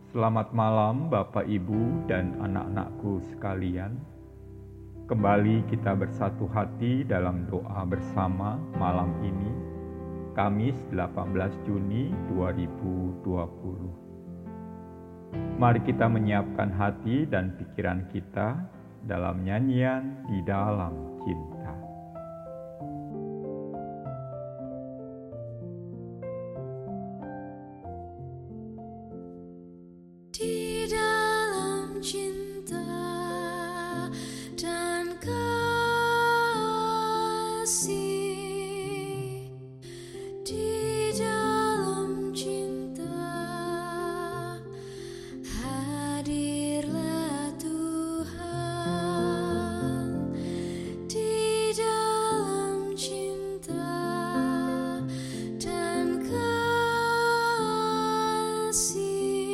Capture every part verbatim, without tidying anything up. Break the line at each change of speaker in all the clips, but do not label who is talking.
Selamat malam Bapak Ibu dan anak-anakku sekalian. Kembali kita bersatu hati dalam doa bersama malam ini, Kamis delapan belas Juni dua ribu dua puluh. Mari kita menyiapkan hati dan pikiran kita dalam nyanyian Di Dalam Cinta.
Di dalam cinta dan kasih, di dalam cinta hadirlah Tuhan. Di dalam cinta dan kasih,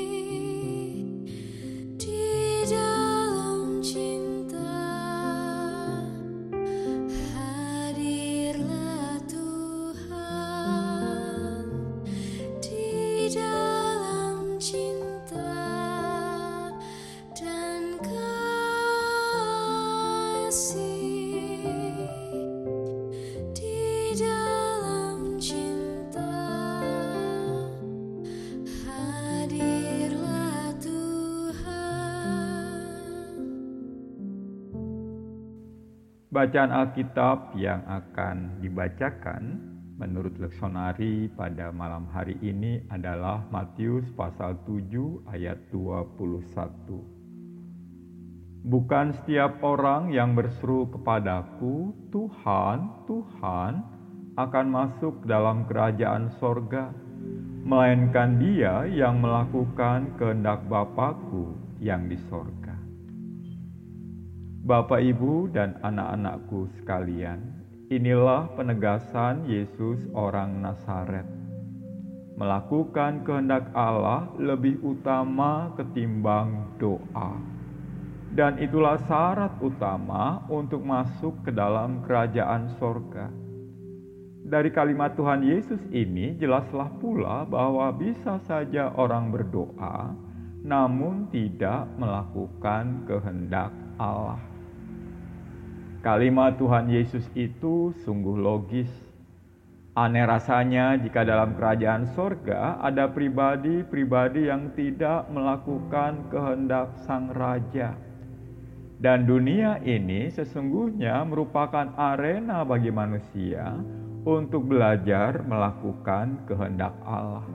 Bacaan Alkitab yang akan dibacakan menurut leksonari pada malam hari ini adalah Matius pasal tujuh ayat dua puluh satu. Bukan setiap orang yang berseru kepadaku, Tuhan, Tuhan, akan masuk dalam kerajaan sorga, melainkan dia yang melakukan kehendak Bapa-Ku yang di sorga. Bapak, Ibu, dan anak-anakku sekalian, inilah penegasan Yesus orang Nazaret. Melakukan kehendak Allah lebih utama ketimbang doa. Dan itulah syarat utama untuk masuk ke dalam kerajaan sorga. Dari kalimat Tuhan Yesus ini jelaslah pula bahwa bisa saja orang berdoa, namun tidak melakukan kehendak Allah. Kalimat Tuhan Yesus itu sungguh logis. Aneh rasanya jika dalam kerajaan sorga ada pribadi-pribadi yang tidak melakukan kehendak Sang Raja. Dan dunia ini sesungguhnya merupakan arena bagi manusia untuk belajar melakukan kehendak Allah.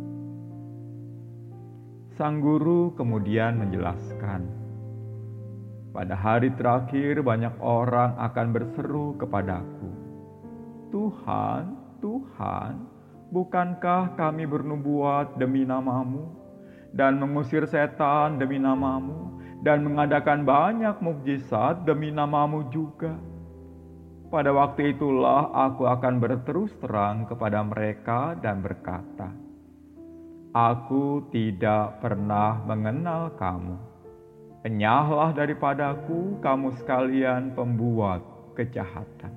Sang Guru kemudian menjelaskan, pada hari terakhir banyak orang akan berseru kepadaku, Tuhan, Tuhan, bukankah kami bernubuat demi namamu, dan mengusir setan demi namamu, dan mengadakan banyak mukjizat demi namamu juga? Pada waktu itulah aku akan berterus terang kepada mereka dan berkata, Aku tidak pernah mengenal kamu. Enyahlah daripadaku, kamu sekalian pembuat kejahatan.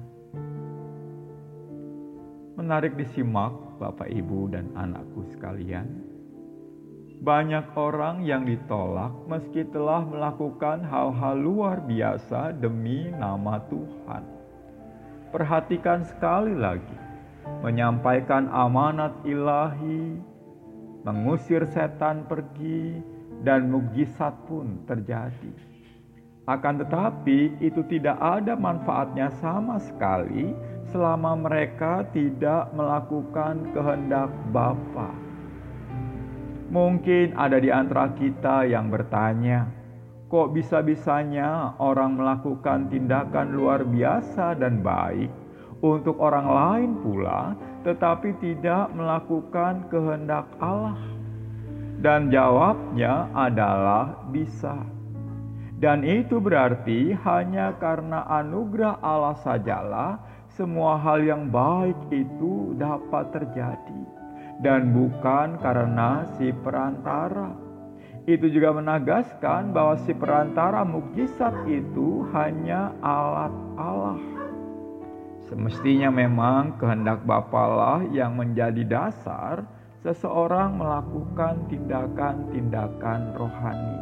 Menarik disimak Bapak, Ibu, dan anakku sekalian. Banyak orang yang ditolak meski telah melakukan hal-hal luar biasa demi nama Tuhan. Perhatikan sekali lagi, menyampaikan amanat ilahi, mengusir setan pergi, dan mukjizat pun terjadi. Akan tetapi itu tidak ada manfaatnya sama sekali selama mereka tidak melakukan kehendak Bapa. Mungkin ada di antara kita yang bertanya, kok bisa-bisanya orang melakukan tindakan luar biasa dan baik untuk orang lain pula, tetapi tidak melakukan kehendak Allah? Dan jawabnya adalah bisa. Dan itu berarti hanya karena anugerah Allah sajalah semua hal yang baik itu dapat terjadi. Dan bukan karena si perantara. Itu juga menegaskan bahwa si perantara mukjizat itu hanya alat Allah. Semestinya memang kehendak Bapalah yang menjadi dasar seseorang melakukan tindakan-tindakan rohani.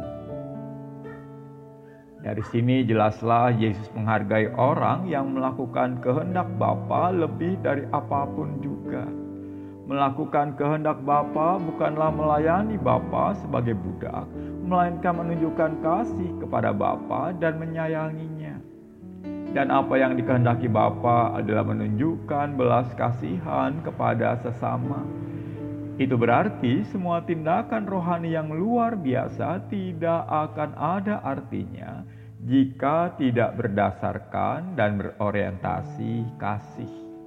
Dari sini jelaslah Yesus menghargai orang yang melakukan kehendak Bapa lebih dari apapun juga. Melakukan kehendak Bapa bukanlah melayani Bapa sebagai budak, melainkan menunjukkan kasih kepada Bapa dan menyayanginya. Dan apa yang dikehendaki Bapa adalah menunjukkan belas kasihan kepada sesama. Itu berarti semua tindakan rohani yang luar biasa tidak akan ada artinya jika tidak berdasarkan dan berorientasi kasih.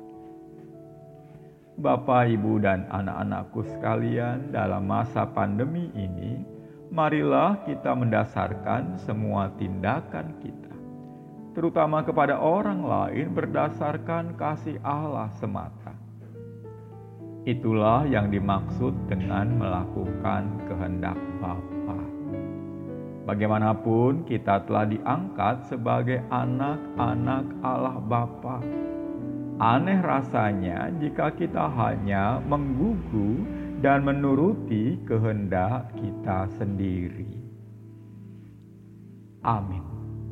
Bapak, Ibu, dan anak-anakku sekalian, dalam masa pandemi ini, marilah kita mendasarkan semua tindakan kita, terutama kepada orang lain, berdasarkan kasih Allah semata. Itulah yang dimaksud dengan melakukan kehendak Bapa. Bagaimanapun kita telah diangkat sebagai anak-anak Allah Bapa. Aneh rasanya jika kita hanya menggugu dan menuruti kehendak kita sendiri. Amin.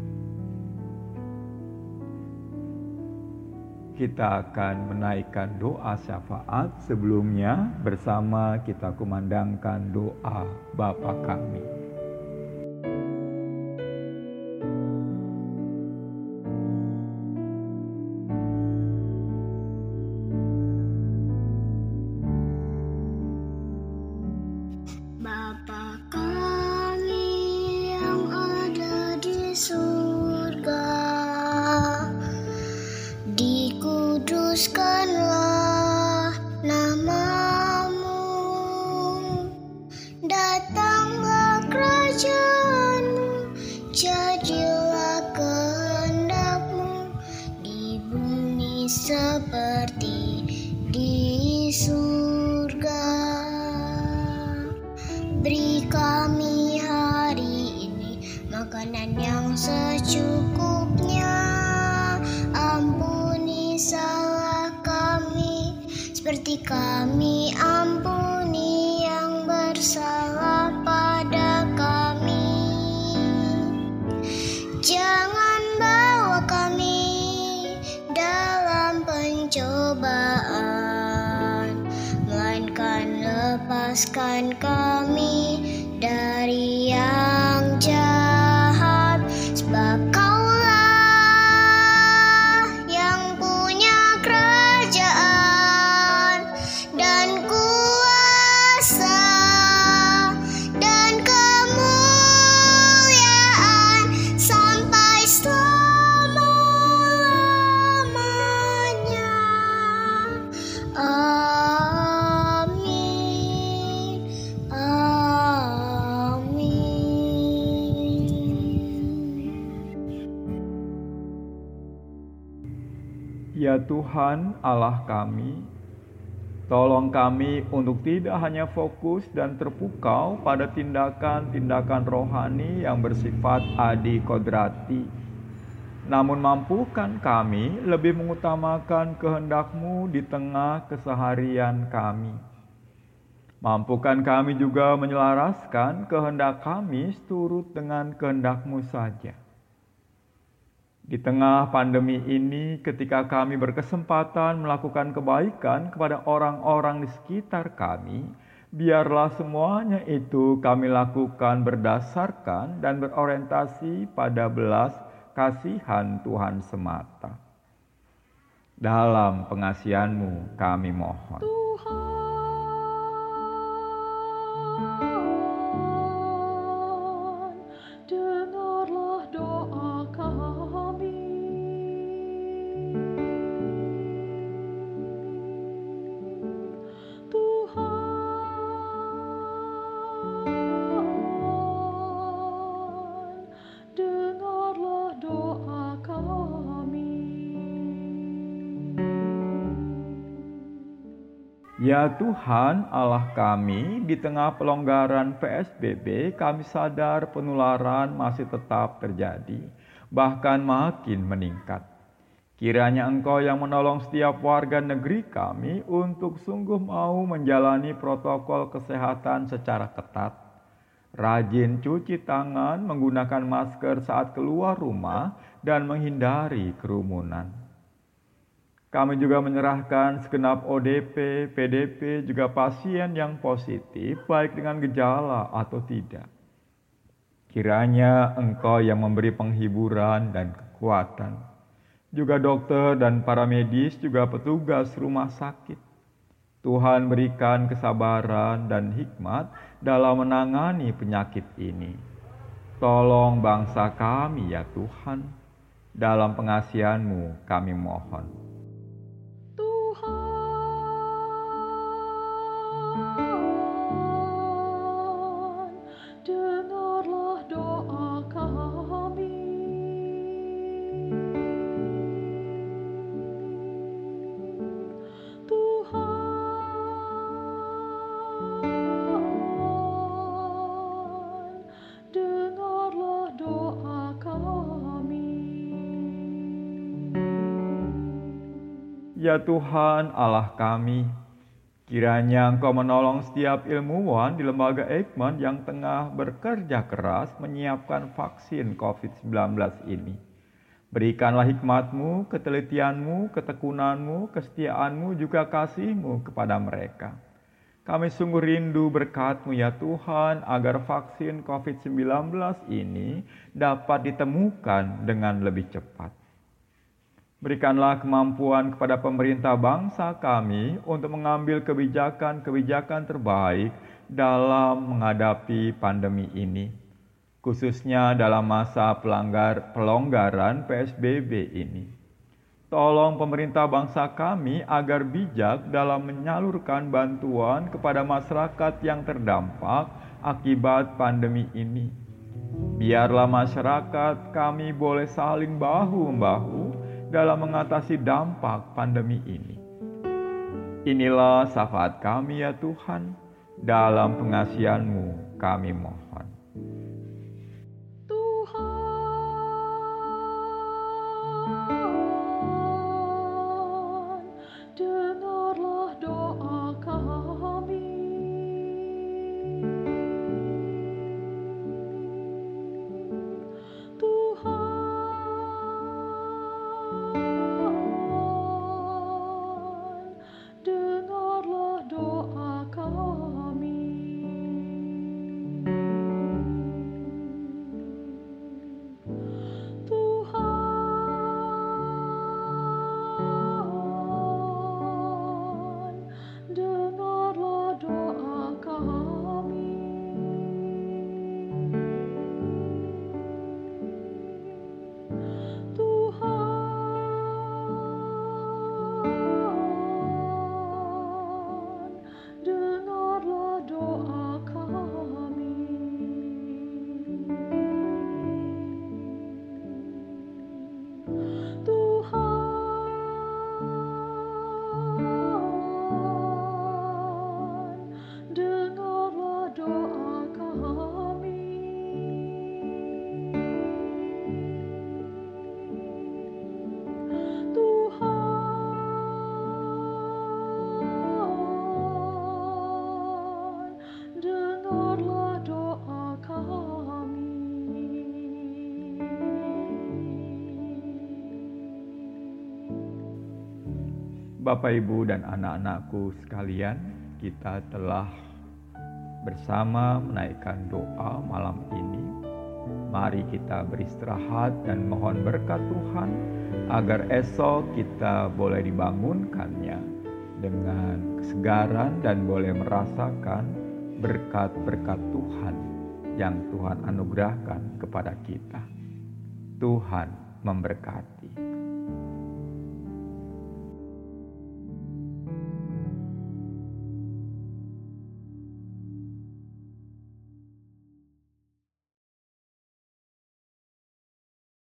Kita akan menaikkan doa syafaat. Sebelumnya bersama kita kumandangkan doa Bapa kami.
Bapa kami yang ada di surga, dikuduskanlah namamu, datanglah kerajaanmu, jadilah kehendakmu di bumi seperti di surga. Beri kami hari ini makanan yang secukupnya. Ampuni salah kami seperti kami ampuni yang bersalah pada kami. Jangan bawa kami dalam pencobaan, melainkan lepaskan kami dari yang jahat, sebab Kaulah yang punya kerajaan dan kuasa dan kemuliaan sampai selama-lamanya. Amin.
Ya Tuhan Allah kami, tolong kami untuk tidak hanya fokus dan terpukau pada tindakan-tindakan rohani yang bersifat adi kodrati, namun mampukan kami lebih mengutamakan kehendak-Mu di tengah keseharian kami. Mampukan kami juga menyelaraskan kehendak kami seturut dengan kehendak-Mu saja. Di tengah pandemi ini, ketika kami berkesempatan melakukan kebaikan kepada orang-orang di sekitar kami, biarlah semuanya itu kami lakukan berdasarkan dan berorientasi pada belas kasihan Tuhan semata. Dalam pengasihan-Mu kami mohon. Ya Tuhan Allah kami, di tengah pelonggaran P S B B kami sadar penularan masih tetap terjadi, bahkan makin meningkat. Kiranya Engkau yang menolong setiap warga negeri kami untuk sungguh mau menjalani protokol kesehatan secara ketat, rajin cuci tangan, menggunakan masker saat keluar rumah, dan menghindari kerumunan. Kami juga menyerahkan segenap O D P, P D P, juga pasien yang positif, baik dengan gejala atau tidak. Kiranya Engkau yang memberi penghiburan dan kekuatan. Juga dokter dan para medis, juga petugas rumah sakit. Tuhan berikan kesabaran dan hikmat dalam menangani penyakit ini. Tolong bangsa kami ya Tuhan, dalam pengasihan-Mu kami mohon. Ya Tuhan Allah kami, kiranya Engkau menolong setiap ilmuwan di lembaga Eijkman yang tengah bekerja keras menyiapkan vaksin covid sembilan belas ini. Berikanlah hikmat-Mu, ketelitian-Mu, ketekunan-Mu, kesetiaan-Mu, juga kasih-Mu kepada mereka. Kami sungguh rindu berkat-Mu ya Tuhan, agar vaksin covid sembilan belas ini dapat ditemukan dengan lebih cepat. Berikanlah kemampuan kepada pemerintah bangsa kami untuk mengambil kebijakan-kebijakan terbaik dalam menghadapi pandemi ini, khususnya dalam masa pelanggar, pelonggaran P S B B ini. Tolong pemerintah bangsa kami agar bijak dalam menyalurkan bantuan kepada masyarakat yang terdampak akibat pandemi ini. Biarlah masyarakat kami boleh saling bahu-membahu dalam mengatasi dampak pandemi ini. Inilah syafaat kami ya Tuhan, dalam pengasihan-Mu kami mohon.
Tuhan, dengarlah doa kami.
Bapak, Ibu, dan anak-anakku sekalian, kita telah bersama menaikkan doa malam ini. Mari kita beristirahat dan mohon berkat Tuhan agar esok kita boleh dibangunkannya dengan kesegaran dan boleh merasakan berkat-berkat Tuhan yang Tuhan anugerahkan kepada kita. Tuhan memberkati.